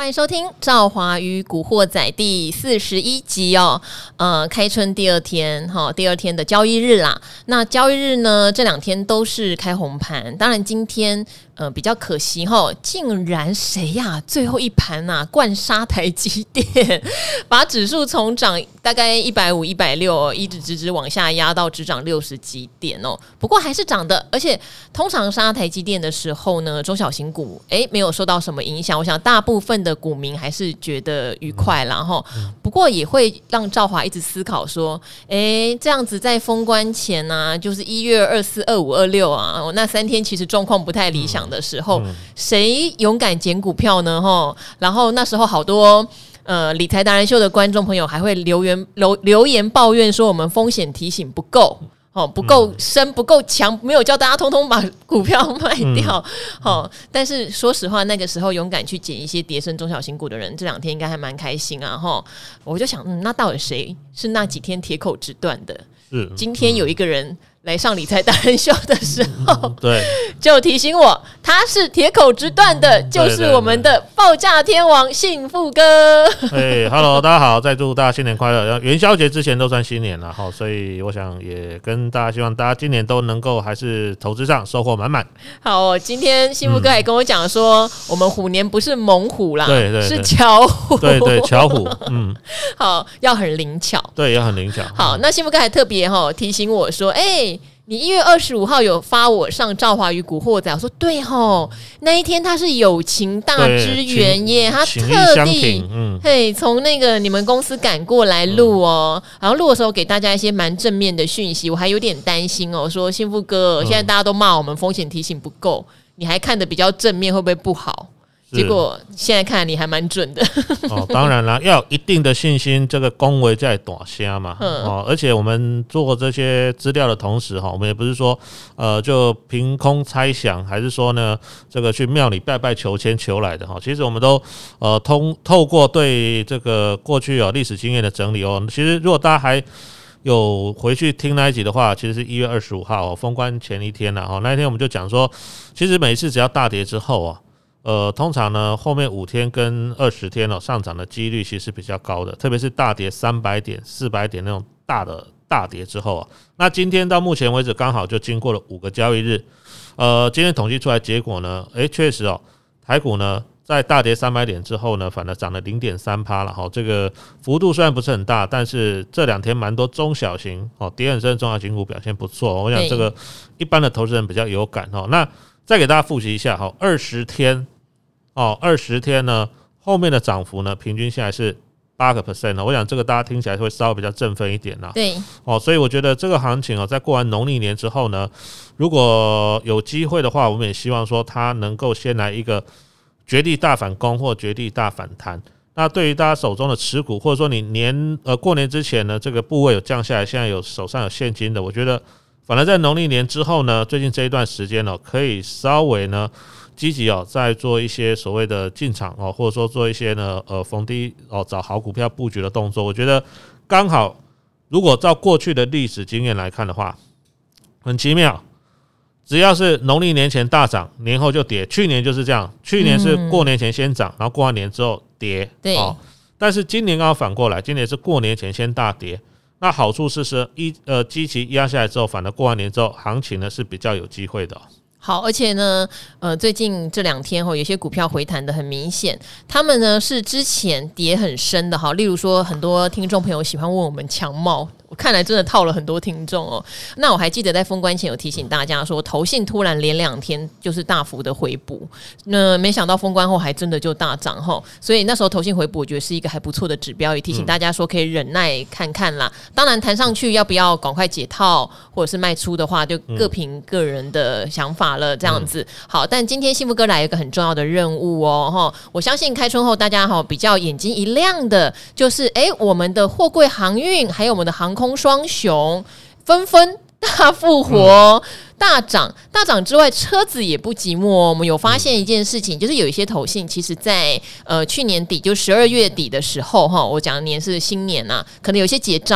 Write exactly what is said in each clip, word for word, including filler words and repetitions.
欢迎收听《赵华与古惑仔》第四十一集哦。呃，开春第二天哈、哦，第二天的交易日啦。那交易日呢，这两天都是开红盘。当然，今天呃比较可惜哈、哦，竟然谁呀、啊？最后一盘呐、啊，灌杀台积电，把指数从涨大概一百五、一百六，一直直直往下压到只涨六十几点哦。不过还是涨的，而且通常杀台积电的时候呢，中小型股哎没有受到什么影响。我想大部分的股民还是觉得愉快啦齁，不过也会让兆华一直思考说，哎，这样子在封关前啊，就是一月二四、二五、二六啊，那三天其实状况不太理想的时候，谁勇敢捡股票呢？齁，然后那时候好多。呃，理财达人秀的观众朋友还会留言留留言抱怨说我们风险提醒不够。哦，不够深，不够强，没有叫大家通通把股票卖掉。嗯、哦，但是说实话，那个时候勇敢去捡一些跌升中小型股的人，这两天应该还蛮开心啊。哈、哦，我就想，嗯，那到底谁是那几天铁口直断的？是今天有一个人来上理财达人秀的时候，嗯、对，就提醒我，他是铁口直断的，就是我们的报价天王幸福哥。 哎，Hello， 大家好，再祝大家新年快乐！元宵节之前都算新年了哈，所以我想也跟大家希望大家今年都能够还是投资上收获满满。 好、哦，今天幸福哥还跟我讲说，嗯、我们虎年不是猛虎啦， 对 对, 是对巧虎， 对对巧虎，嗯， 好，要很灵巧， 对，要很灵巧。 好，那幸福哥还特别哈、哦、提醒我说，哎、欸。你一月二十五号有发我上赵华与古惑仔，我说对吼，那一天他是友情大支援耶，他特地嗯，嘿从那个你们公司赶过来录哦，嗯、然后录的时候给大家一些蛮正面的讯息，我还有点担心哦，说幸福哥、嗯、现在大家都骂我们风险提醒不够，你还看得比较正面，会不会不好？结果现在看你还蛮准的哦，当然啦，要有一定的信心，这个恭维在大声嘛、哦。而且我们做这些资料的同时，我们也不是说呃就凭空猜想，还是说呢这个去庙里拜拜求签求来的哈。其实我们都呃通透过对这个过去有历史经验的整理哦。其实如果大家还有回去听那一集的话，其实是一月二十五号、哦、封关前一天啦。那一天我们就讲说，其实每一次只要大跌之后啊。呃，通常呢，后面五天跟二十天哦，上涨的几率其实比较高的，特别是大跌三百点、四百点那种大的大跌之后啊，那今天到目前为止刚好就经过了五个交易日，呃，今天统计出来结果呢，诶，确实哦，台股呢在大跌三百点之后呢，反而涨了 零点三趴 了哈，这个幅度虽然不是很大，但是这两天蛮多中小型哦跌很深的中小型股表现不错，我想这个一般的投资人比较有感哦。那再给大家复习一下哈，二十天。哦，二十天呢，后面的涨幅呢，平均下来是八个 percent 我想这个大家听起来会稍微比较振奋一点啦。 对， 哦，所以我觉得这个行情哦，在过完农历年之后呢，如果有机会的话，我们也希望说它能够先来一个绝地大反攻或绝地大反弹。那对于大家手中的持股，或者说你年呃过年之前呢，这个部位有降下来，现在有手上有现金的，我觉得反而在农历年之后呢，最近这一段时间哦，可以稍微呢。积极哦，在做一些所谓的进场哦，或者说做一些呢呃逢低哦找好股票布局的动作，我觉得刚好，如果照过去的历史经验来看的话，很奇妙，只要是农历年前大涨，年后就跌。去年就是这样，去年是过年前先涨，然后过完年之后跌。对哦，但是今年刚好反过来，今年是过年前先大跌。那好处是是一呃基期压下来之后，反而过完年之后，行情呢是比较有机会的、哦。 好，而且呢，呃，最近这两天哈，有些股票回弹的很明显，他们呢是之前跌很深的哈，例如说，很多听众朋友喜欢问我们强茂。我看来真的套了很多听众哦。那我还记得在封关前有提醒大家说，投信突然连两天就是大幅的回补，那没想到封关后还真的就大涨哈。所以那时候投信回补，我觉得是一个还不错的指标，也提醒大家说可以忍耐看看啦。当然弹上去要不要赶快解套或者是卖出的话，就各凭个人的想法了。这样子好，但今天幸福哥来有一个很重要的任务哦。我相信开春后大家比较眼睛一亮的，就是哎，我们的货柜航运还有我们的航空。空双雄纷纷大复活、嗯、大涨大涨之外，车子也不寂寞。我们有发现一件事情，就是有一些投信其实在呃去年底就十二月底的时候哈，我讲的年是新年啊，可能有些结账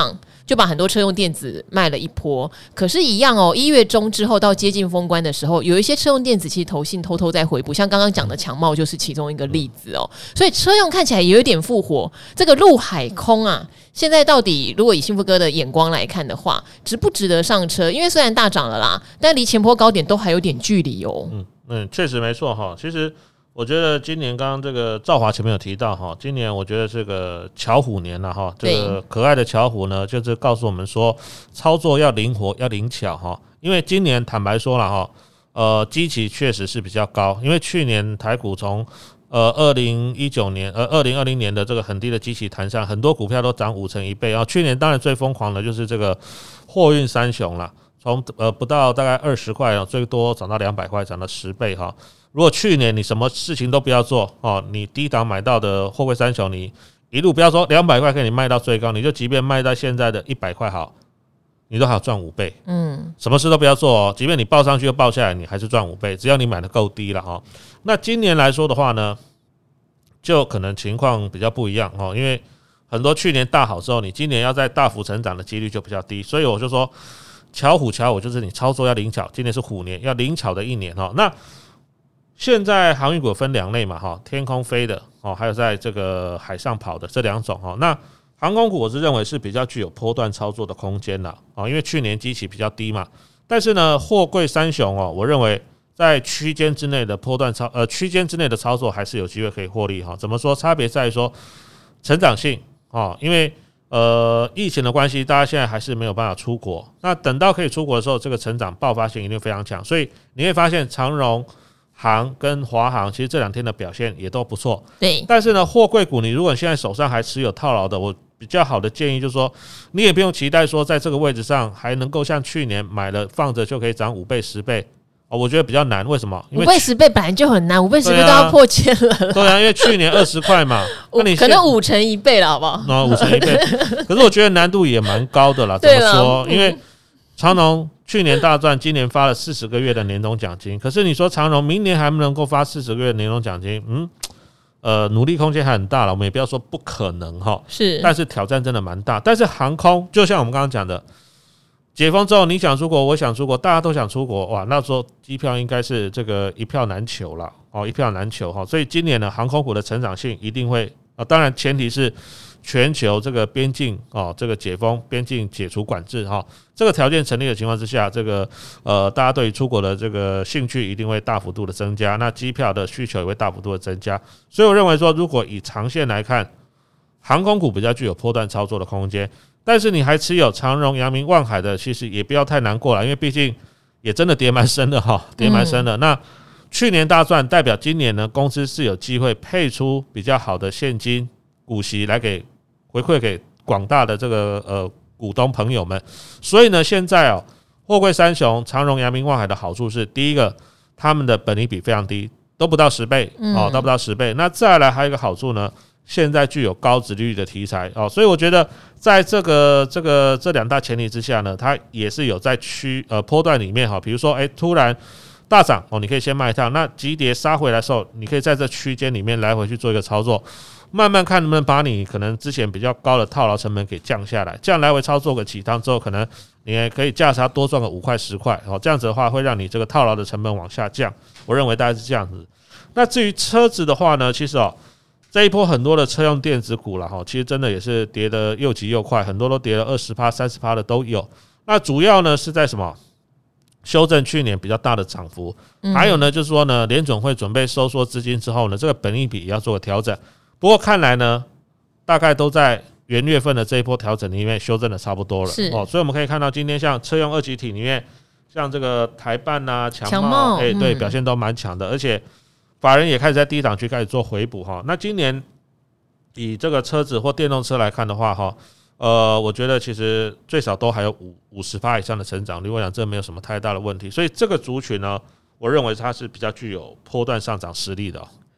就把很多车用电子卖了一波。可是，一样哦，一月中之后到接近封关的时候，有一些车用电子其实投信偷偷在回补，像刚刚讲的强茂就是其中一个例子哦。所以车用看起来也有点复活。这个陆海空啊，现在到底如果以幸福哥的眼光来看的话，值不值得上车？因为虽然大涨了啦，但离前波高点都还有点距离哦。 嗯嗯，确实没错哈。其实我觉得今年刚刚这个兆华前面有提到哈，今年我觉得这个巧虎年了哈，这个可爱的巧虎呢，就是告诉我们说，操作要灵活，要灵巧哈。因为今年坦白说了哈，呃，基期确实是比较高，因为去年台股从呃二零一九年呃二零二零年的这个很低的基期弹上，很多股票都涨五成一倍啊。去年当然最疯狂的就是这个货运三雄啦，从呃不到大概二十块哦，最多涨到两百块，涨了十倍哈。如果去年你什么事情都不要做哦，你低档买到的货柜三雄，你一路不要说两百块给你卖到最高，你就即便卖到现在的一百块好，你都还有赚五倍。嗯，什么事都不要做哦，即便你报上去又报下来，你还是赚五倍，只要你买的够低了哈。那今年来说的话呢，就可能情况比较不一样哦，因为很多去年大好之后，你今年要再大幅成长的几率就比较低，所以我就说巧虎巧虎就是你操作要灵巧，今年是虎年，要灵巧的一年哈。那现在航运股分两类嘛，哈，天空飞的哦，还有在这个海上跑的这两种哈。那航空股我是认为是比较具有波段操作的空间啦，哦，因为去年基期比较低嘛。但是呢，货柜三雄哦，我认为在区间之内的波段操呃区间之内的操作还是有机会可以获利哈。怎么说？差别在于说成长性哦，因为呃疫情的关系，大家现在还是没有办法出国。那等到可以出国的时候，这个成长爆发性一定非常强，所以你会发现长荣航跟华航其实这两天的表现也都不错， 对。 但是呢，货柜股你如果现在手上还持有套牢的，我比较好的建议就是说，你也不用期待说在这个位置上还能够像去年买了放着就可以涨五倍十倍哦，我觉得比较难。为什么？因为五倍十倍本来就很难，五倍十倍都要破千了啦。 对啊，因为去年二十块嘛，那你可能五成一倍了，好不好？ 哦，五成一倍。可是我觉得难度也蛮高的啦。怎么说？因为长荣去年大赚，今年发了四十个月的年终奖金。可是你说长荣明年还不能够发四十个月的年终奖金？嗯，呃，努力空间还很大了。我们也不要说不可能哈， 是， 但是挑战真的蛮大。但是航空就像我们刚刚讲的，解封之后，你想出国，我想出国，大家都想出国，哇，那时候机票应该是这个一票难求了哦，一票难求哈。所以今年呢，航空股的成长性一定会啊，当然前提是全球这个边境哦，这个解封，边境解除管制哈，这个条件成立的情况之下，这个呃，大家对于出国的这个兴趣一定会大幅度的增加，那机票的需求也会大幅度的增加。所以我认为说，如果以长线来看，航空股比较具有波段操作的空间。但是你还持有长荣、阳明、万海的，其实也不要太难过了，因为毕竟也真的跌蛮深的哈，跌蛮深的。嗯、那去年大赚，代表今年呢，公司是有机会配出比较好的现金股息来给回馈给广大的这个呃股东朋友们。所以呢，现在哦，货柜三雄长荣、阳明、万海的好处是，第一个，他们的本益比非常低，都不到十倍哦，都不到十倍。那再来还有一个好处呢，现在具有高殖利率的题材哦，所以我觉得在这个这个这两大前提之下呢，它也是有在区呃波段里面哈，比如说哎、欸、突然大涨哦，你可以先卖一趟，那急跌杀回来的时候，你可以在这区间里面来回去做一个操作，慢慢看能不能把你可能之前比较高的套牢成本给降下来，这样来回操作个几趟之后，可能你也可以价差多赚个五块十块哦，这样子的话会让你这个套牢的成本往下降，我认为大概是这样子。那至于车子的话呢，其实哦。这一波很多的车用电子股啦，其实真的也是跌得又急又快，很多都跌了 百分之二十、百分之三十 的都有。那主要呢是在什么？修正去年比较大的涨幅，还有呢就是说呢，联准会准备收缩资金之后呢，这个本益比也要做个调整。不过看来呢，大概都在元月份的这一波调整里面修正的差不多了哦。所以我们可以看到，今天像车用二级体里面，像这个台半啊、强茂，哎、欸，对，表现都蛮强的，而且法人也开始在低档区开始做回补哈。那今年以这个车子或电动车来看的话哈，呃，我觉得其实最少都还有五五十趴以上的成长率，我想这没有什么太大的问题。所以这个族群呢，我认为它是比较具有波段上涨实力的、哦。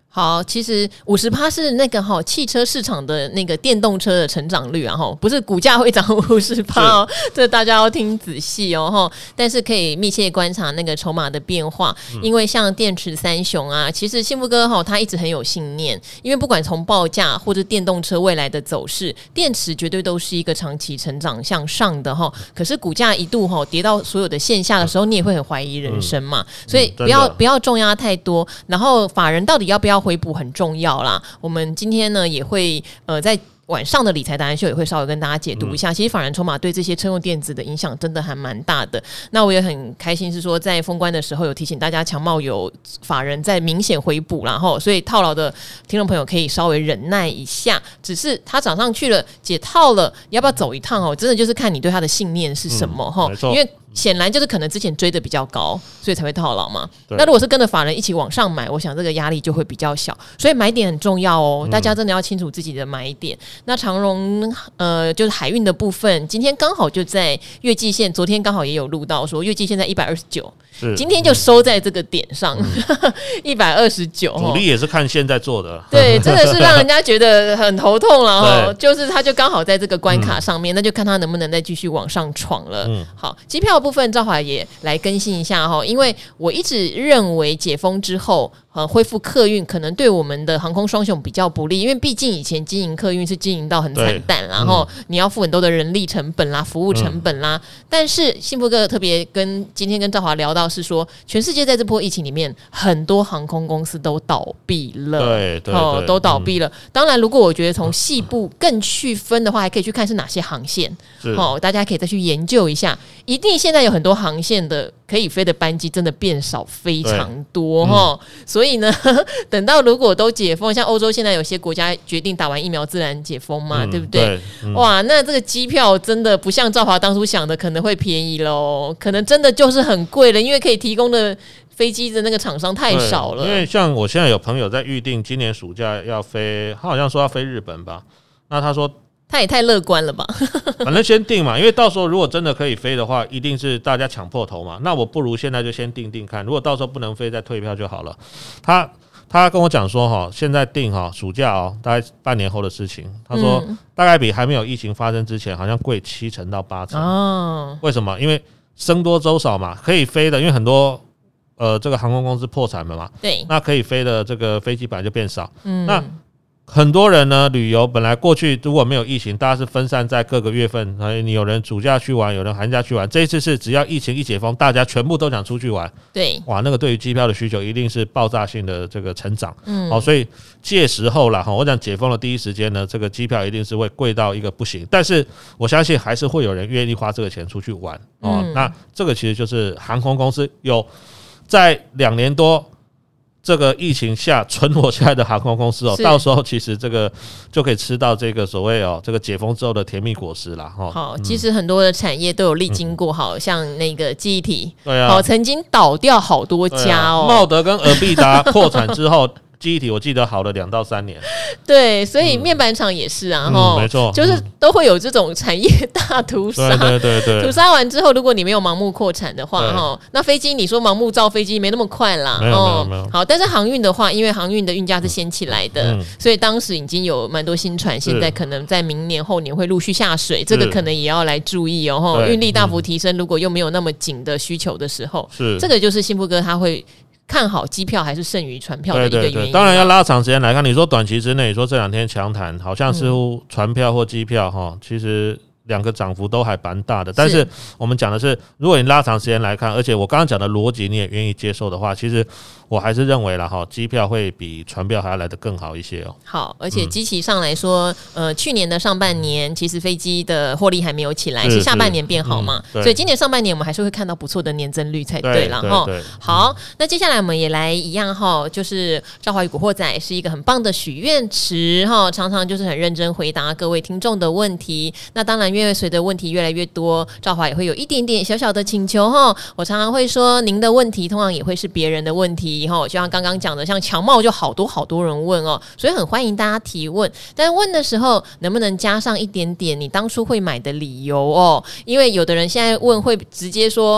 好，其实 百分之五十 是那个哈汽车市场的那个电动车的成长率啊哈，不是股价会涨 百分之五十 哦，这大家要听仔细哦哈。但是可以密切观察那个筹码的变化，嗯、因为像电池三雄啊，其实幸福哥哈他一直很有信念，因为不管从报价或者电动车未来的走势，电池绝对都是一个长期成长向上的哈。可是股价一度哈跌到所有的线下的时候，你也会很怀疑人生嘛，嗯、所以不要、嗯、不要重压太多，然后法人到底要不要回补很重要啦。我们今天呢也会呃在晚上的理财达人秀也会稍微跟大家解读一下，嗯、其实法人筹码对这些车用电子的影响真的还蛮大的。那我也很开心是说在封关的时候有提醒大家强茂有法人在明显回补啦齁，所以套牢的听众朋友可以稍微忍耐一下，只是它涨上去了解套了要不要走一趟哦，真的就是看你对它的信念是什么齁、嗯、因为显然就是可能之前追的比较高，所以才会套牢嘛。那如果是跟着法人一起往上买，我想这个压力就会比较小，所以买点很重要哦。大家真的要清楚自己的买点。嗯、那长荣呃，就是海运的部分，今天刚好就在月季线，昨天刚好也有录到说月季线在一百二十九，今天就收在这个点上一百二十九。 主力也是看现在做的， 对，真的是让人家觉得很头痛了哦。就是他就刚好在这个关卡上面，嗯、那就看他能不能再继续往上闯了。嗯、好，机票部分赵华也来更新一下哈，因为我一直认为解封之后，呃，恢复客运可能对我们的航空双雄比较不利，因为毕竟以前经营客运是经营到很惨淡，然后你要付很多的人力成本啦、服务成本啦。嗯、但是幸福哥特别跟今天跟赵华聊到是说，全世界在这波疫情里面，很多航空公司都倒闭了， 对对对， 哦，都倒闭了。嗯、当然，如果我觉得从细部更区分的话，还可以去看是哪些航线，哦，大家可以再去研究一下。一定现在有很多航线的可以飞的班机真的变少非常多哈，嗯、所以呢，等到如果都解封，像欧洲现在有些国家决定打完疫苗自然解封嘛，嗯、对不对？对嗯、哇，那这个机票真的不像赵华当初想的可能会便宜咯，可能真的就是很贵了，因为可以提供的飞机的那个厂商太少了。 因为像我现在有朋友在预定今年暑假要飞，他好像说要飞日本吧，那他说。 他也太乐观了吧反正先定嘛，因为到时候如果真的可以飞的话，一定是大家抢破头嘛。那我不如现在就先定定看，如果到时候不能飞再退票就好了。他他跟我讲说哈，现在定哈暑假哦，大概半年后的事情。他说大概比还没有疫情发生之前好像贵七成到八成。哦，为什么？因为僧多粥少嘛，可以飞的，因为很多呃这个航空公司破产了嘛， 对， 那可以飞的这个飞机本来就变少。嗯，那很多人呢，旅游本来过去如果没有疫情，大家是分散在各个月份，你有人暑假去玩，有人寒假去玩。这一次是只要疫情一解封，大家全部都想出去玩。 对， 哇，那个对于机票的需求一定是爆炸性的这个成长。嗯，好，所以届时候啦，我讲解封的第一时间呢，这个机票一定是会贵到一个不行。但是我相信还是会有人愿意花这个钱出去玩哦。嗯、那这个其实就是航空公司有在两年多。这个疫情下存活下来的航空公司哦，到时候其实这个就可以吃到这个所谓哦，这个解封之后的甜蜜果实啦。哈。 好，其实很多的产业都有历经过，好像那个记忆体， 对啊， 好曾经倒掉好多家哦， 茂德跟尔必达破产之后。记忆体我记得好了两到三年， 对，所以面板厂也是啊，哈、 嗯，没错， 就是都会有这种产业大屠杀， 对对对对， 屠杀完之后，如果你没有盲目扩产的话，哈，那飞机你说盲目造飞机没那么快啦， 没有没有没有， 好，但是航运的话，因为航运的运价是先起来的，嗯、所以当时已经有蛮多新船，现在可能在明年后年会陆续下水，这个可能也要来注意哦，哈，运力大幅提升，如果又没有那么紧的需求的时候，是这个就是幸福哥他会。看好机票还是胜于船票的一个原因。对对对， 当然要拉长时间来看。你说短期之内，你说这两天强弹，好像似乎船票或机票哈，其实两个涨幅都还蛮大的。但是我们讲的是，如果你拉长时间来看，而且我刚刚讲的逻辑你也愿意接受的话，其实我还是认为啦哈，机票会比船票还要来得更好一些哦。 好，而且基期上来说，嗯、呃，去年的上半年其实飞机的获利还没有起来，是, 是下半年变好嘛、嗯，所以今年上半年我们还是会看到不错的年增率才对啦哈。好，那接下来我们也来一样哈，就是赵华与古惑仔是一个很棒的许愿池哈，常常就是很认真回答各位听众的问题。那当然，因为随着问题越来越多，赵华也会有一点点小小的请求哈。我常常会说，您的问题通常也会是别人的问题。就像刚刚讲的，像强茂就好多好多人问哦，所以很欢迎大家提问。但是问的时候，能不能加上一点点你当初会买的理由哦？因为有的人现在问会直接说。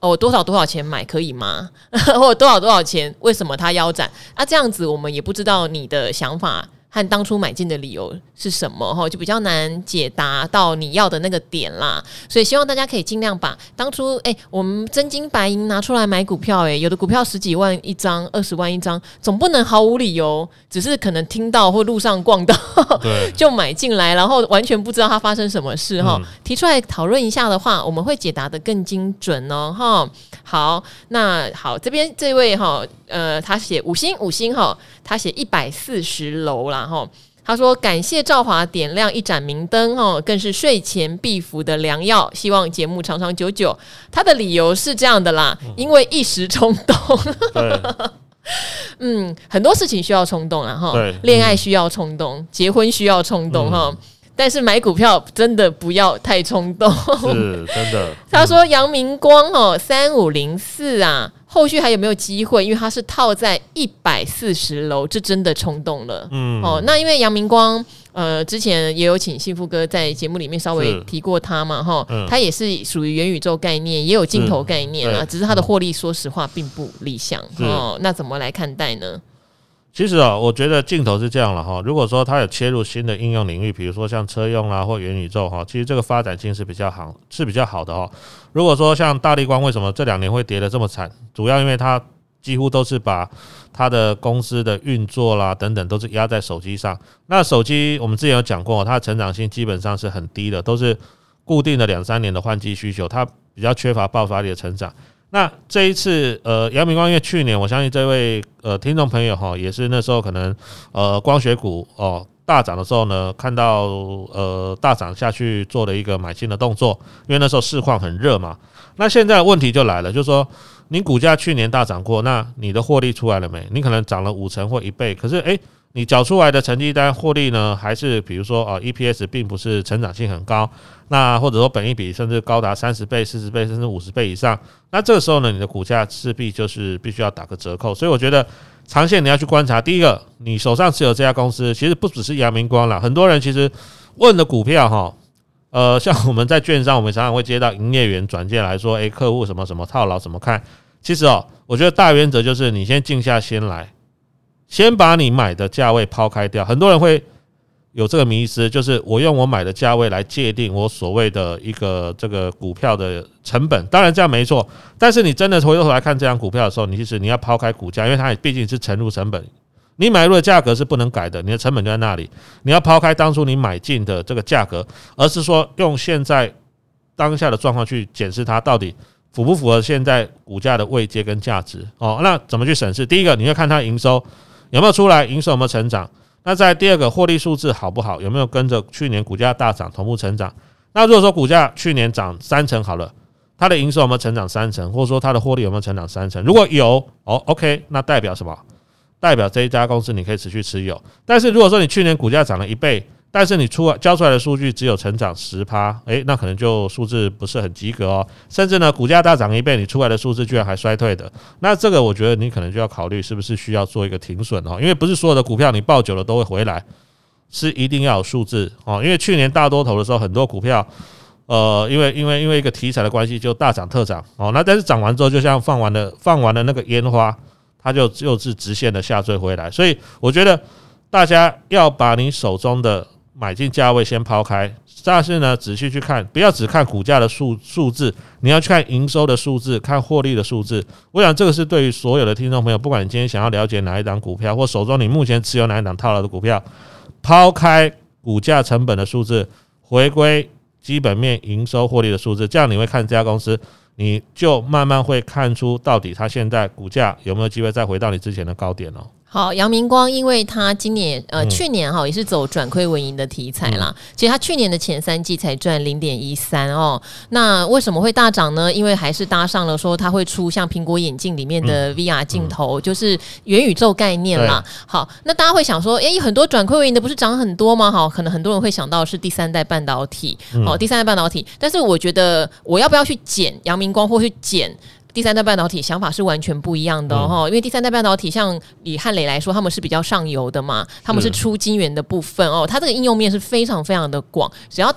哦，我多少多少钱买可以吗？或者多少多少钱？为什么它腰斩？啊，这样子我们也不知道你的想法和当初买进的理由是什么，就比较难解答到你要的那个点啦。所以希望大家可以尽量把当初哎、欸，我们真金白银拿出来买股票、欸，哎，有的股票十几万一张，二十万一张，总不能毫无理由，只是可能听到或路上逛到就买进来，然后完全不知道它发生什么事哈、嗯。提出来讨论一下的话，我们会解答得更精准哦哈。好，那好，这边这位哈，呃，他写五星五星哈，他写一百四十楼啦哈。他说感谢兆华点亮一盏明灯哦，更是睡前必服的良药，希望节目长长久久。他的理由是这样的啦，因为一时冲动。嗯，很多事情需要冲动啦哈，恋爱需要冲动、嗯，结婚需要冲动哈。嗯，但是买股票真的不要太冲动， 是真的。 他说阳明光哦，三五零四啊，后续还有没有机会？因为它是套在一百四十楼，这真的冲动了。嗯，哦，那因为阳明光，呃，之前也有请幸福哥在节目里面稍微提过他嘛，哈、嗯，他也是属于元宇宙概念，也有镜头概念啊，只是他的获利，说实话并不理想哦。那怎么来看待呢？ 其实啊，我觉得镜头是这样了哈。如果说它有切入新的应用领域，比如说像车用啦或元宇宙哈，其实这个发展性是比较好，是比较好的哈。如果说像大立光为什么这两年会跌得这么惨，主要因为它几乎都是把它的公司的运作啦等等都是压在手机上。那手机我们之前有讲过，它的成长性基本上是很低的，都是固定的两三年的换机需求，它比较缺乏爆发力的成长。那这一次，呃，阳明光，因为去年我相信这位呃听众朋友哈，也是那时候可能呃光学股哦大涨的时候呢，看到呃大涨下去做了一个买进的动作，因为那时候市况很热嘛。那现在问题就来了，就是说你股价去年大涨过，那你的获利出来了没？你可能涨了五成或一倍，可是诶你缴出来的成绩单获利呢，还是比如说啊 E P S 并不是成长性很高，那或者说本益比甚至高达三十倍、四十倍甚至五十倍以上，那这个时候呢，你的股价势必就是必须要打个折扣。所以我觉得长线你要去观察，第一个，你手上持有这家公司，其实不只是阳明光啦，很多人其实问的股票哈，呃，像我们在券商，我们常常会接到营业员转介来说，诶，客户什么什么套牢怎么看？其实哦，我觉得大原则就是你先静下心来。先把你买的价位抛开掉，很多人会有这个迷思，就是我用我买的价位来界定我所谓的一个这个股票的成本，当然这样没错，但是你真的回头来看这张股票的时候，你其实你要抛开股价，因为它毕竟是沉入成本，你买入的价格是不能改的，你的成本就在那里，你要抛开当初你买进的这个价格，而是说用现在当下的状况去检视它到底符不符合现在股价的位阶跟价值哦。那怎么去审视？第一个，你要看它营收有没有出来，营收有没有成长？那再第二个，获利数字好不好？有没有跟着去年股价大涨同步成长？那如果说股价去年涨三成好了，它的营收有没有成长三成？或者说它的获利有没有成长三成？如果有哦 ，OK， 那代表什么？代表这一家公司你可以持续持有。但是如果说你去年股价涨了一倍，但是你出交出来的数据只有成长 百分之十， 诶，那可能就数字不是很及格哦。甚至呢，股价大涨一倍，你出来的数字居然还衰退的，那这个我觉得你可能就要考虑是不是需要做一个停损哦，因为不是所有的股票你抱久了都会回来，是一定要有数字哦。因为去年大多头的时候，很多股票呃，因为因为因为一个题材的关系就大涨特涨哦，那但是涨完之后，就像放完了放完了那个烟花，它就又是直线的下坠回来，所以我觉得大家要把你手中的买进价位先抛开，但是呢，仔细去看，不要只看股价的数数字，你要去看营收的数字，看获利的数字。我想这个是对于所有的听众朋友，不管你今天想要了解哪一档股票，或手中你目前持有哪一档套牢的股票，抛开股价成本的数字，回归基本面营收获利的数字，这样你会看这家公司，你就慢慢会看出到底它现在股价有没有机会再回到你之前的高点哦。 好，阳明光因为它今年呃、嗯、去年哈也是走转亏为盈的题材啦，嗯、其实它去年的前三季才赚 零点一三 哦。那为什么会大涨呢？因为还是搭上了说它会出像苹果眼镜里面的 V R 镜头、嗯嗯，就是元宇宙概念啦。好，那大家会想说，诶，很多转亏为盈的不是涨很多吗？好，可能很多人会想到是第三代半导体，哦，第三代半导体。但是我觉得我要不要去捡阳明光或去捡第三代半导体，想法是完全不一样的哦、嗯、因为第三代半导体像以汉磊来说，他们是比较上游的嘛，他们是出晶圆的部分哦，它这个应用面是非常非常的广，只要大家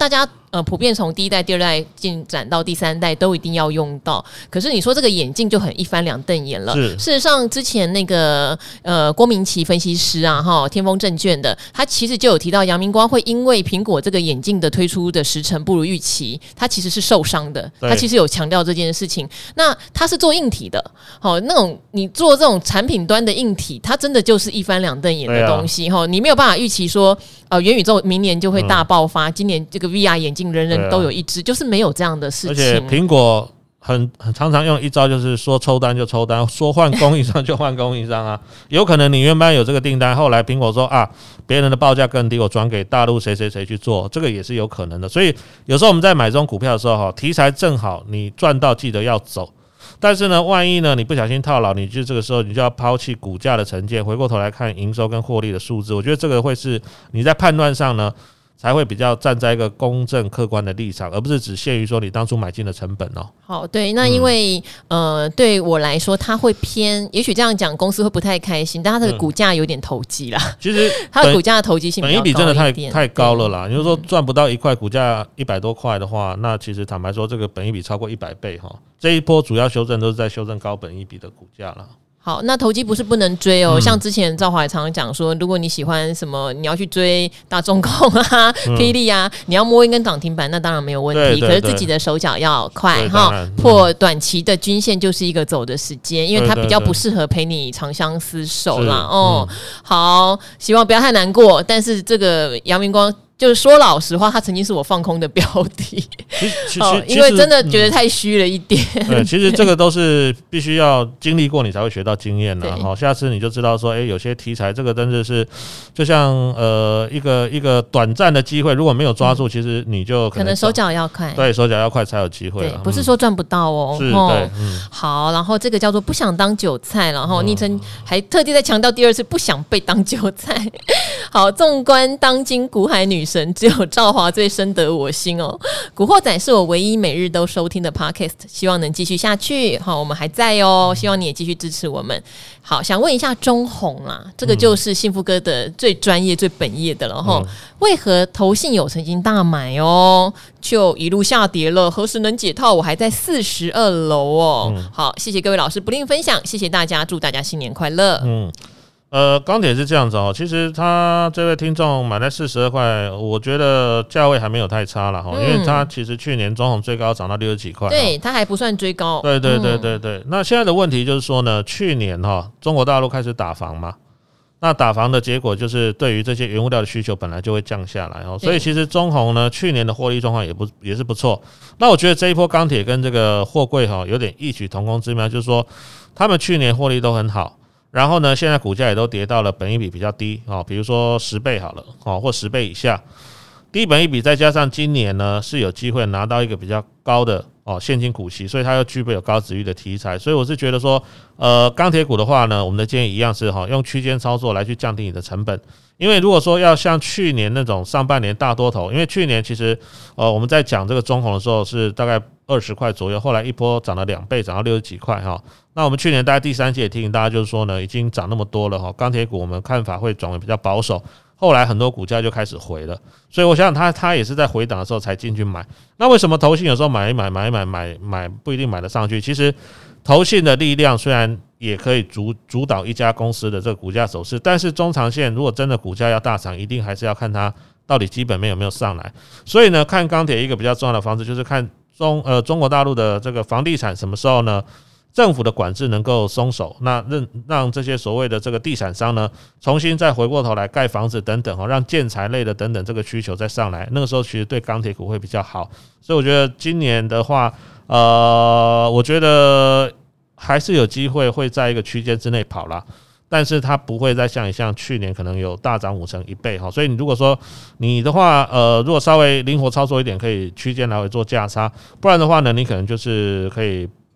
呃普遍从第一代、第二代进展到第三代都一定要用到。可是你说这个眼镜就很一翻两瞪眼了。事实上，之前那个呃郭明骐分析师啊，哈，天风证券的，他其实就有提到阳明光会因为苹果这个眼镜的推出的时程不如预期，他其实是受伤的。他其实有强调这件事情。那他是做硬体的，好，那种你做这种产品端的硬体，它真的就是一翻两瞪眼的东西哈、啊，你没有办法预期说，呃，元宇宙明年就会大爆发，嗯、今年这个 V R 眼镜人人都有一只，就是没有这样的事情。 而且苹果很很常常用一招，就是说抽单就抽单，说换供应商就换供应商啊。有可能你原本有这个订单，后来苹果说啊，别人的报价更低，我转给大陆谁谁谁去做，这个也是有可能的。所以有时候我们在买这种股票的时候，哈，题材正好你赚到，记得要走。但是呢，万一呢你不小心套牢，你就这个时候你就要抛弃股价的成见，回过头来看营收跟获利的数字。我觉得这个会是你在判断上呢，才会比较站在一个公正客观的立场，而不是只限于说你当初买进的成本哦。 好，对，那因为、嗯、呃，对我来说，它会偏，也许这样讲公司会不太开心，但它的股价有点投机啦。 其实它的股价的投机性比较高一点， 本益比真的太太高了啦。你就说赚不到一块，股价一百多块的话，那其实坦白说，这个本益比超过一百倍哈。这一波主要修正都是在修正高本益比的股价啦。 好，那投机不是不能追哦，嗯、像之前赵华也常常讲说，如果你喜欢什么，你要去追大中控啊、霹雳啊，你要摸一根涨停板，那当然没有问题。对对对，可是自己的手脚要快哈，破短期的均线就是一个走的时间，因为它比较不适合陪你长相厮守啦。哦、嗯，好，希望不要太难过，但是这个阳明光。就是说老实话，它曾经是我放空的标的，哦，因为真的觉得太虚了一点。 嗯、对，其实这个都是必须要经历过，你才会学到经验啦。好，下次你就知道说，哎、欸，有些题材这个真的是，就像呃一个一个短暂的机会，如果没有抓住，嗯、其实你就可能, 可能手脚要快， 对，手脚要快才有机会。 对，不是说赚不到哦。 是， 哦对，嗯。 好，然后这个叫做不想当韭菜，然后昵称还特地在强调第二次不想被当韭菜。好，纵观当今股海女神，只有赵华最深得我心哦。古惑仔是我唯一每日都收听的 podcast， 希望能继续下去。好，我们还在哦，希望你也继续支持我们。好，想问一下中红啦，这个就是幸福哥的最专业、最本业的了哈。嗯、为何投信有曾经大买哦，就一路下跌了？何时能解套？我还在四十二楼哦。嗯、好，谢谢各位老师不吝分享，谢谢大家，祝大家新年快乐。 嗯。呃，钢铁是这样子哦，其实他这位听众买在四十二块，我觉得价位还没有太差了哈，嗯、因为他其实去年中红最高涨到六十几块， 对，他还不算追高。 对对对对对。嗯、那现在的问题就是说呢，去年哈中国大陆开始打房嘛，那打房的结果就是对于这些原物料的需求本来就会降下来哦，所以其实中红呢去年的获利状况也不也是不错。那我觉得这一波钢铁跟这个货柜哈有点异曲同工之妙，就是说他们去年获利都很好。然后呢，现在股价也都跌到了本益比比较低哦，比如说十倍好了哦，或十倍以下，低本益比再加上今年呢是有机会拿到一个比较高的哦现金股息，所以它又具备有高殖利率的题材，所以我是觉得说，呃，钢铁股的话呢，我们的建议一样是哈，用区间操作来去降低你的成本，因为如果说要像去年那种上半年大多头，因为去年其实呃我们在讲这个中红的时候是大概二十块左右，后来一波涨了两倍，涨到六十几块哈。那我们去年大概第三季也提醒大家，就是说呢，已经涨那么多了哈，钢铁股我们看法会转为比较保守。后来很多股价就开始回了，所以我想想他他也是在回档的时候才进去买。那为什么投信有时候买一买买一买买买不一定买得上去？其实投信的力量虽然也可以主主导一家公司的这个股价走势，但是中长线如果真的股价要大涨，一定还是要看它到底基本面有没有上来。所以呢，看钢铁一个比较重要的方式就是看中呃中国大陆的这个房地产什么时候呢？政府的管制能够松手，那让这些所谓的这个地产商呢，重新再回过头来盖房子等等，让建材类的等等这个需求再上来，那个时候其实对钢铁股会比较好。所以我觉得今年的话，呃，我觉得还是有机会会在一个区间之内跑啦，但是它不会再像像去年可能有大涨五成一倍哈。所以你如果说你的话，呃，如果稍微灵活操作一点，可以区间来回做价差，不然的话呢，你可能就是可以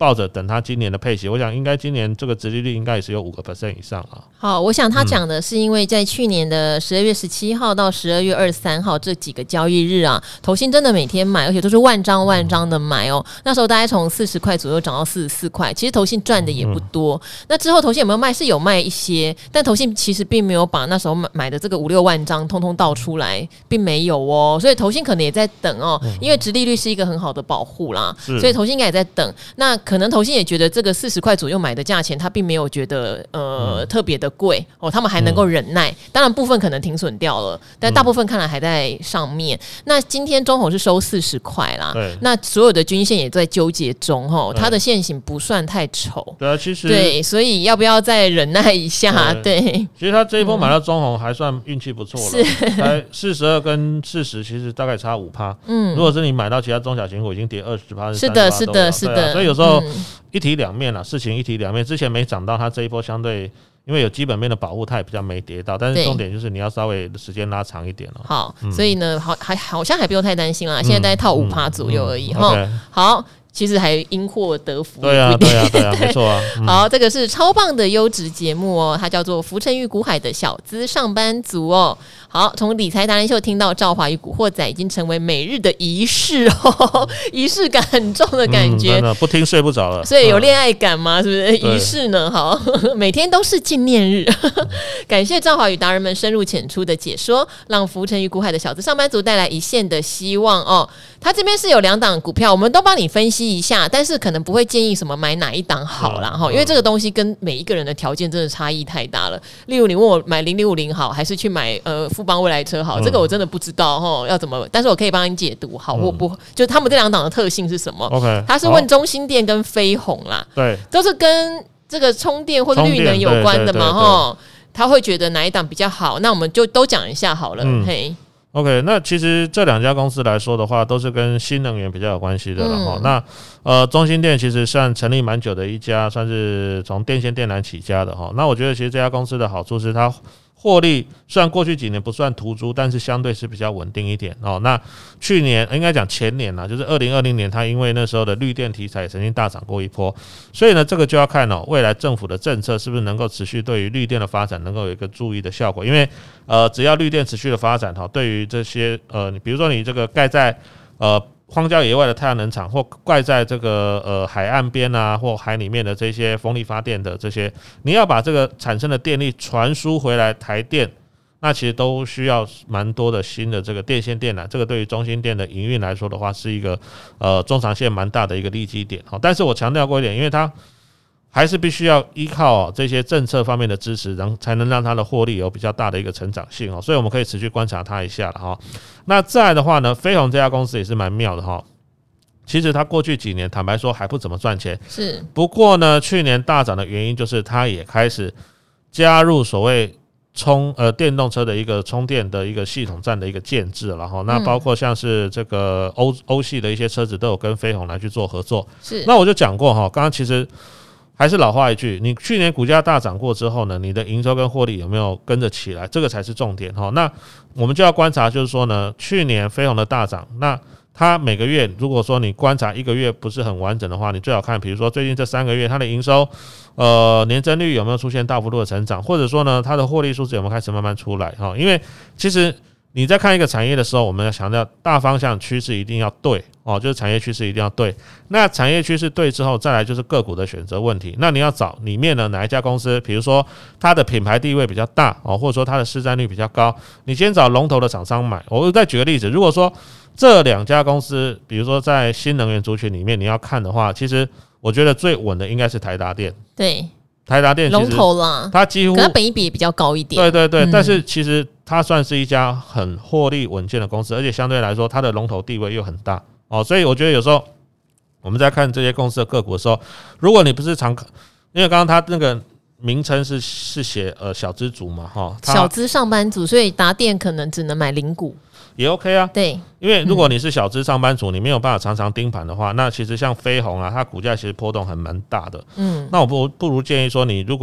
抱着等它今年的配息，我想应该今年这个殖利率应该也是有 百分之五 以上啊。 好，我想他讲的是因为在去年的十二月十七号到十二月二十三号这几个交易日啊，投信真的每天买，而且都是万张万张的买哦。那时候大概从四十块左右涨到四十四块，其实投信赚的也不多。嗯、那之后投信有没有卖？是有卖一些，但投信其实并没有把那时候买的这个五六万张通通倒出来，并没有哦。所以投信可能也在等哦，因为殖利率是一个很好的保护啦，所以投信应该也在等。那可能投信也觉得这个四十块左右买的价钱，他并没有觉得呃、嗯、特别的贵哦，他们还能够忍耐。嗯、当然部分可能停损掉了，但大部分看来还在上面。嗯、那今天中红是收四十块啦，那所有的均线也在纠结中哦，它的线型不算太丑。 对啊，其实对，所以要不要再忍耐一下？对，对其实他这一波买到中红还算运气不错了，才四十二跟四十，其实大概差五趴。嗯，如果是你买到其他中小型股，已经跌二十趴， 是的，是的，是的。 啊、所以有时候一体两面啦，事情一体两面。之前没涨到，它这一波相对。因为有基本面的保护，它也比较没跌到，但是重点就是你要稍微时间拉长一点了。 好，嗯、所以呢，好还好像还不用太担心啦，现在大概套五趴左右而已哈、嗯嗯嗯。好。其实还因祸得福， 对啊，对啊，对啊，没错啊。 嗯、好，这个是超棒的优质节目哦，它叫做《浮沉于股海的小资上班族》哦。好，从理财达人秀听到赵华与古惑仔，已经成为每日的仪式哦，仪式感很重的感觉，嗯、 真的不听睡不着了。 所以有恋爱感吗？是不是？仪式呢？好，每天都是纪念日。感谢赵华与达人们深入浅出的解说，让浮沉于股海的小资上班族带来一线的希望哦。他这边是有两档股票，我们都帮你分析一下，但是可能不会建议什么买哪一档好啦哈，因为这个东西跟每一个人的条件真的差异太大了。例如你问我买零零五零好，还是去买呃富邦未来车好，这个我真的不知道哈，要怎么？但是我可以帮你解读好或不，就他们这两档的特性是什么 ？OK， 他是问中兴电跟飞鸿啦， 对， 都是跟这个充电或者绿能有关的嘛哈。他会觉得哪一档比较好？那我们就都讲一下好了，嗯、嘿。 OK， 那其实这两家公司来说的话，都是跟新能源比较有关系的了哈、嗯。那呃，中兴电其实算成立蛮久的一家，算是从电线电缆起家的哈。那我觉得其实这家公司的好处是它获利虽然过去几年不算突出，但是相对是比较稳定一点哦。那去年应该讲前年啦，就是二零二零年，它因为那时候的绿电题材曾经大涨过一波，所以呢，这个就要看哦，未来政府的政策是不是能够持续对于绿电的发展能够有一个注意的效果。因为呃，只要绿电持续的发展哈，对于这些呃，比如说你这个盖在呃。荒郊野外的太阳能厂，或盖在这个呃海岸边啊，或海里面的这些风力发电的这些，你要把这个产生的电力传输回来台电，那其实都需要蛮多的新的这个电线电缆。这个对于中兴电的营运来说的话，是一个呃中长线蛮大的一个利基点。但是我强调过一点，因为它还是必须要依靠这些政策方面的支持，才能让它的获利有比较大的一个成长性，所以我们可以持续观察它一下了。那再来的话呢，飞鸿这家公司也是蛮妙的，其实它过去几年坦白说还不怎么赚钱， 是不过呢，去年大涨的原因就是它也开始加入所谓充呃电动车的一个充电的一个系统站的一个建制了哈，那包括像是这个欧欧系的一些车子都有跟飞鸿来去做合作。 是， 那我就讲过哈，刚刚其实。还是老话一句，你去年股价大涨过之后呢，你的营收跟获利有没有跟着起来？这个才是重点哈。那我们就要观察，就是说呢，去年飞鸿的大涨，那它每个月如果说你观察一个月不是很完整的话，你最好看，比如说最近这三个月它的营收，呃，年增率有没有出现大幅度的成长，或者说呢，它的获利数字有没有开始慢慢出来哈？因为其实你在看一个产业的时候，我们要强调大方向趋势一定要对哦，就是产业趋势一定要对。那产业趋势对之后，再来就是个股的选择问题。那你要找里面呢哪一家公司，比如说它的品牌地位比较大哦，或者说它的市占率比较高，你先找龙头的厂商买。我再举个例子，如果说这两家公司，比如说在新能源族群里面你要看的话，其实我觉得最稳的应该是台达电。 对。 台达电龙头啦， 它几乎可它本益比也比较高一点。 对对对， 嗯、 但是其实它算是一家很获利稳健的公司，而且相对来说它的龙头地位又很大哦，所以我觉得有时候我们在看这些公司的个股的时候，如果你不是常，因为刚刚它那个名称是是写呃小资族嘛哈， 小资上班族，所以达电可能只能买零股。 也 OK 啊， 对， 因为如果你是小资上班族，你没有办法常常盯盘的话，那其实像飞鸿啊，它股价其实波动很蛮大的。嗯，那我不不如建议说，你如果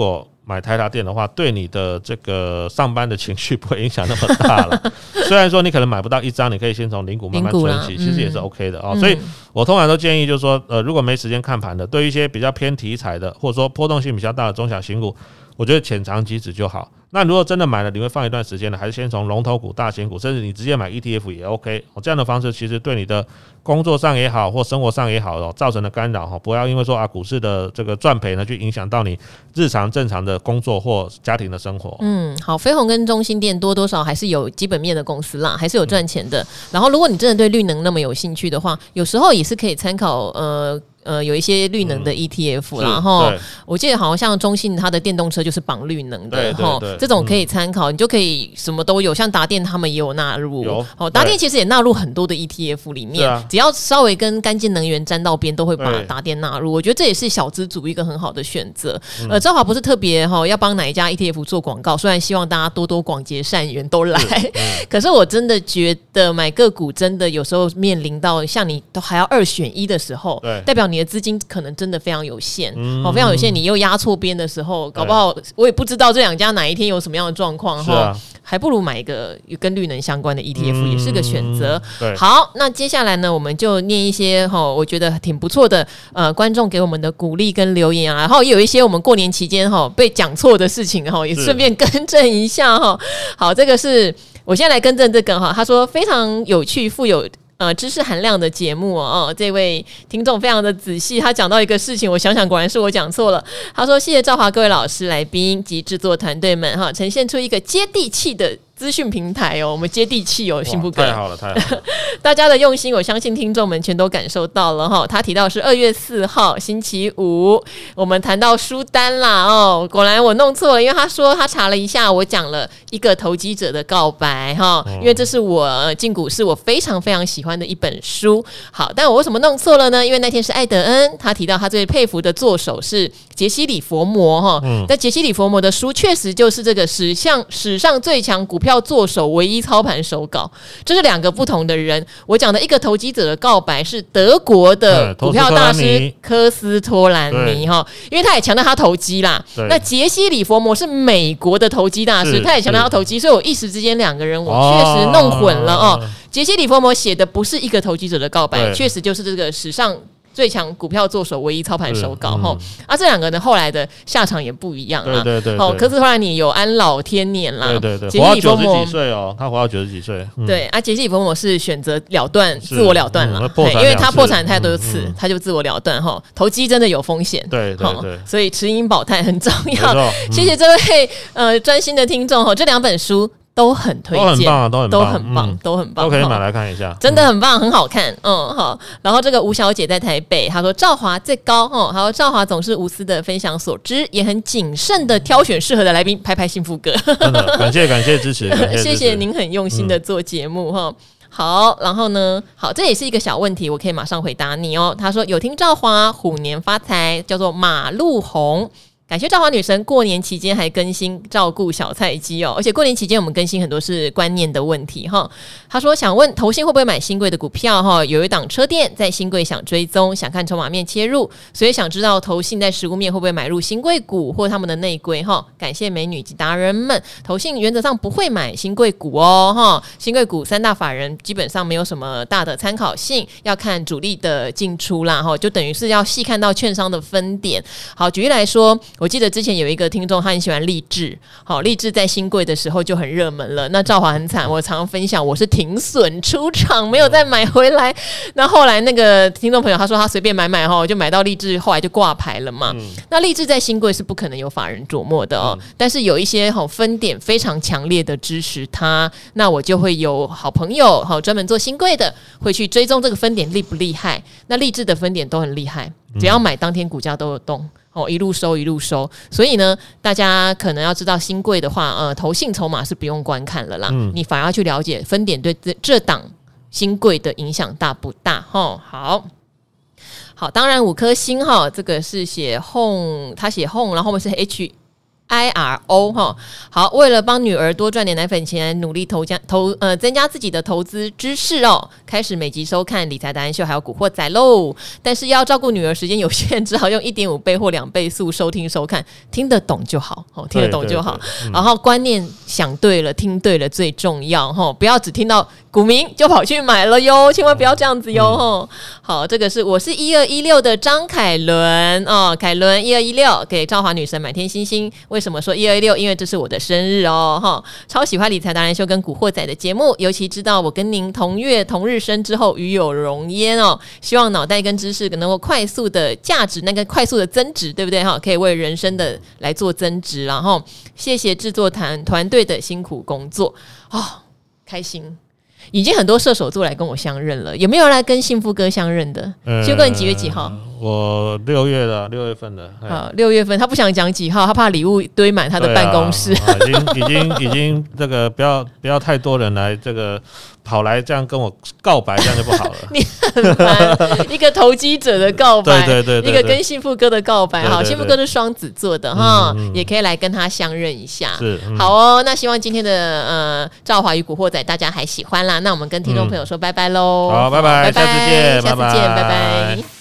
买台达电的话，对你的这个上班的情绪不会影响那么大了。虽然说你可能买不到一张，你可以先从零股慢慢存起，其实也是 OK 的哦。嗯、所以我通常都建议就是说，呃，如果没时间看盘的，对于一些比较偏题材的，或者说波动性比较大的中小型股，我觉得浅尝即止就好。那如果真的买了，你会放一段时间的，还是先从龙头股、大型股，甚至你直接买 E T F 也 OK。这样的方式其实对你的工作上也好，或生活上也好，造成的干扰不要因为说啊股市的这个赚赔呢，去影响到你日常正常的工作或家庭的生活。 嗯，好，飞鸿跟中兴电多多少还是有基本面的公司啦，还是有赚钱的。然后，如果你真的对绿能那么有兴趣的话，有时候也是可以参考呃。呃，有一些绿能的 E T F 啦，然后我记得好像像中信它的电动车就是绑绿能的，哈，这种可以参考，嗯、你就可以什么都有，像达电他们也有纳入，哦，达电其实也纳入很多的 E T F 里面，啊、只要稍微跟干净能源沾到边，都会把达电纳入。我觉得这也是小资族一个很好的选择。嗯、呃，兆华不是特别哈要帮哪一家 E T F 做广告，虽然希望大家多多广结善缘都来，嗯、可是我真的觉得买个股真的有时候面临到像你都还要二选一的时候，代表你的资金可能真的非常有限，嗯、哦，非常有限。你又压错边的时候，搞不好我也不知道这两家哪一天有什么样的状况哈，啊、还不如买一个跟绿能相关的 E T F，嗯、也是个选择。好，那接下来呢，我们就念一些哈，我觉得挺不错的呃观众给我们的鼓励跟留言啊，然后也有一些我们过年期间哈被讲错的事情哈，也顺便更正一下哈。好，这个是我现在来更正这个哈，他说非常有趣，富有。呃，知识含量的节目哦，哦，这位听众非常的仔细，他讲到一个事情，我想想果然是我讲错了。他说：“谢谢兆华各位老师、来宾及制作团队们哈，呈现出一个接地气的资讯平台哦，我们接地气哦，幸福哥， 太好了，太好了！ 大家的用心，我相信听众们全都感受到了哈。他提到是二月四号星期五，我们谈到书单啦哦，果然我弄错了，因为他说他查了一下，我讲了一个投机者的告白哈，因为这是我进股市我非常非常喜欢的一本书。好，但我为什么弄错了呢？因为那天是艾德恩，他提到他最佩服的作手是杰西里佛摩哈，嗯、但杰西里佛摩的书确实就是这个史上史上最强股票。要做手唯一操盘手稿，这是两个不同的人。我讲的一个投机者的告白是德国的股票大师科斯托兰尼哈，因为他也强调他投机啦。那杰西里佛摩是美国的投机大师，他也强调他投机，所以我一时之间两个人我确实弄混了哦。杰西里佛摩写的不是一个投机者的告白，确实就是这个史上最强股票做手唯一操盘手稿哈，嗯、啊，这两个呢后来的下场也不一样啦。 对对对， 哦，科斯托兰尼有安老天年啦， 对对对，活到九十几岁哦，他活到九十几岁。 嗯、对啊，杰西·里佛摩是选择了断，自我了断了，嗯、因为他破产太多次，嗯、他就自我了断哈。投机真的有风险， 对对对， 所以持盈保泰很重要。嗯、谢谢这位呃专心的听众哈，这两本书。都很推荐， 都很棒啊，都很棒， 都很棒，嗯、都很棒， 都可以买来看一下， 真的很棒，很好看，嗯，好。然后这个吴小姐在台北，她说兆华最高，哦，她说兆华总是无私的分享所知，也很谨慎的挑选适合的来宾，拍拍幸福哥， 真的感谢感谢支持，感谢支持谢谢您很用心的做节目哈。嗯好，然后呢？好，这也是一个小问题，我可以马上回答你哦。他说有听兆华虎年发财，叫做马路红。感谢兆华女神过年期间还更新照顾小菜鸡哦，而且过年期间我们更新很多是观念的问题哈。他说想问投信会不会买新贵的股票哈？有一档车店在新贵想追踪，想看筹码面切入，所以想知道投信在实物面会不会买入新贵股或他们的内规哈？感谢美女及达人们，投信原则上不会买新贵股哦哈。新贵股三大法人基本上没有什么大的参考性，要看主力的进出啦哈，就等于是要细看到券商的分点。好，举例来说。我记得之前有一个听众，他很喜欢励志，好，励志在新贵的时候就很热门了。那兆华很惨，我常分享我是停损出场，没有再买回来。那后来那个听众朋友他说他随便买买哈，就买到励志，后来就挂牌了嘛。嗯、那励志在新贵是不可能有法人琢磨的哦，嗯、但是有一些好分点非常强烈的支持他，那我就会有好朋友好专门做新贵的，会去追踪这个分点厉不厉害。那励志的分点都很厉害，只要买当天股价都有动。哦，一路收一路收，所以呢，大家可能要知道新贵的话，呃，投信筹码是不用观看了啦，嗯、你反而要去了解分点对这这档新贵的影响大不大？哈，好，好，当然五颗星哈，这个是写 home， 他写 home， 然后后面是 H I R O 哈，好，为了帮女儿多赚点奶粉钱，努力投加投呃增加自己的投资知识哦，开始每集收看理财达人秀还有古惑仔喽。但是要照顾女儿时间有限，只好用一点五倍或两倍速收听收看，听得懂就好哦，听得懂就好。对对对嗯、然后观念想对了，听对了最重要哈，不要只听到股民就跑去买了哟，千万不要这样子哟。嗯、好，这个是我是一二一六的张凯伦哦，凯伦一二一六给兆华女神满天星星。为什么说一二一六？因为这是我的生日哦，哈，超喜欢理财达人秀跟古惑仔的节目，尤其知道我跟您同月同日生之后与有荣焉哦。希望脑袋跟知识能够快速的价值，那个快速的增值，对不对哈？可以为人生的来做增值，然后谢谢制作团团队的辛苦工作哦，开心。已经很多射手座来跟我相认了，有没有来跟幸福哥相认的？呃、幸福哥你几月几号？ 我六月的，六月份的。 好，六月份他不想讲几号，他怕礼物堆满他的办公室。 啊、已经已经已经这个不要不要太多人来这个跑来这样跟我告白，这样就不好了。 你很烦，一个投机者的告白， 对对 对, 对, 对， 一个跟幸福哥的告白。 对对对好，幸福哥是双子座的哈、嗯嗯，也可以来跟他相认一下。 是、嗯， 好哦。那希望今天的呃兆华与古惑仔大家还喜欢啦。那我们跟听众朋友说拜拜喽、 嗯。好，拜拜，下次见， 下次见，拜拜。拜拜。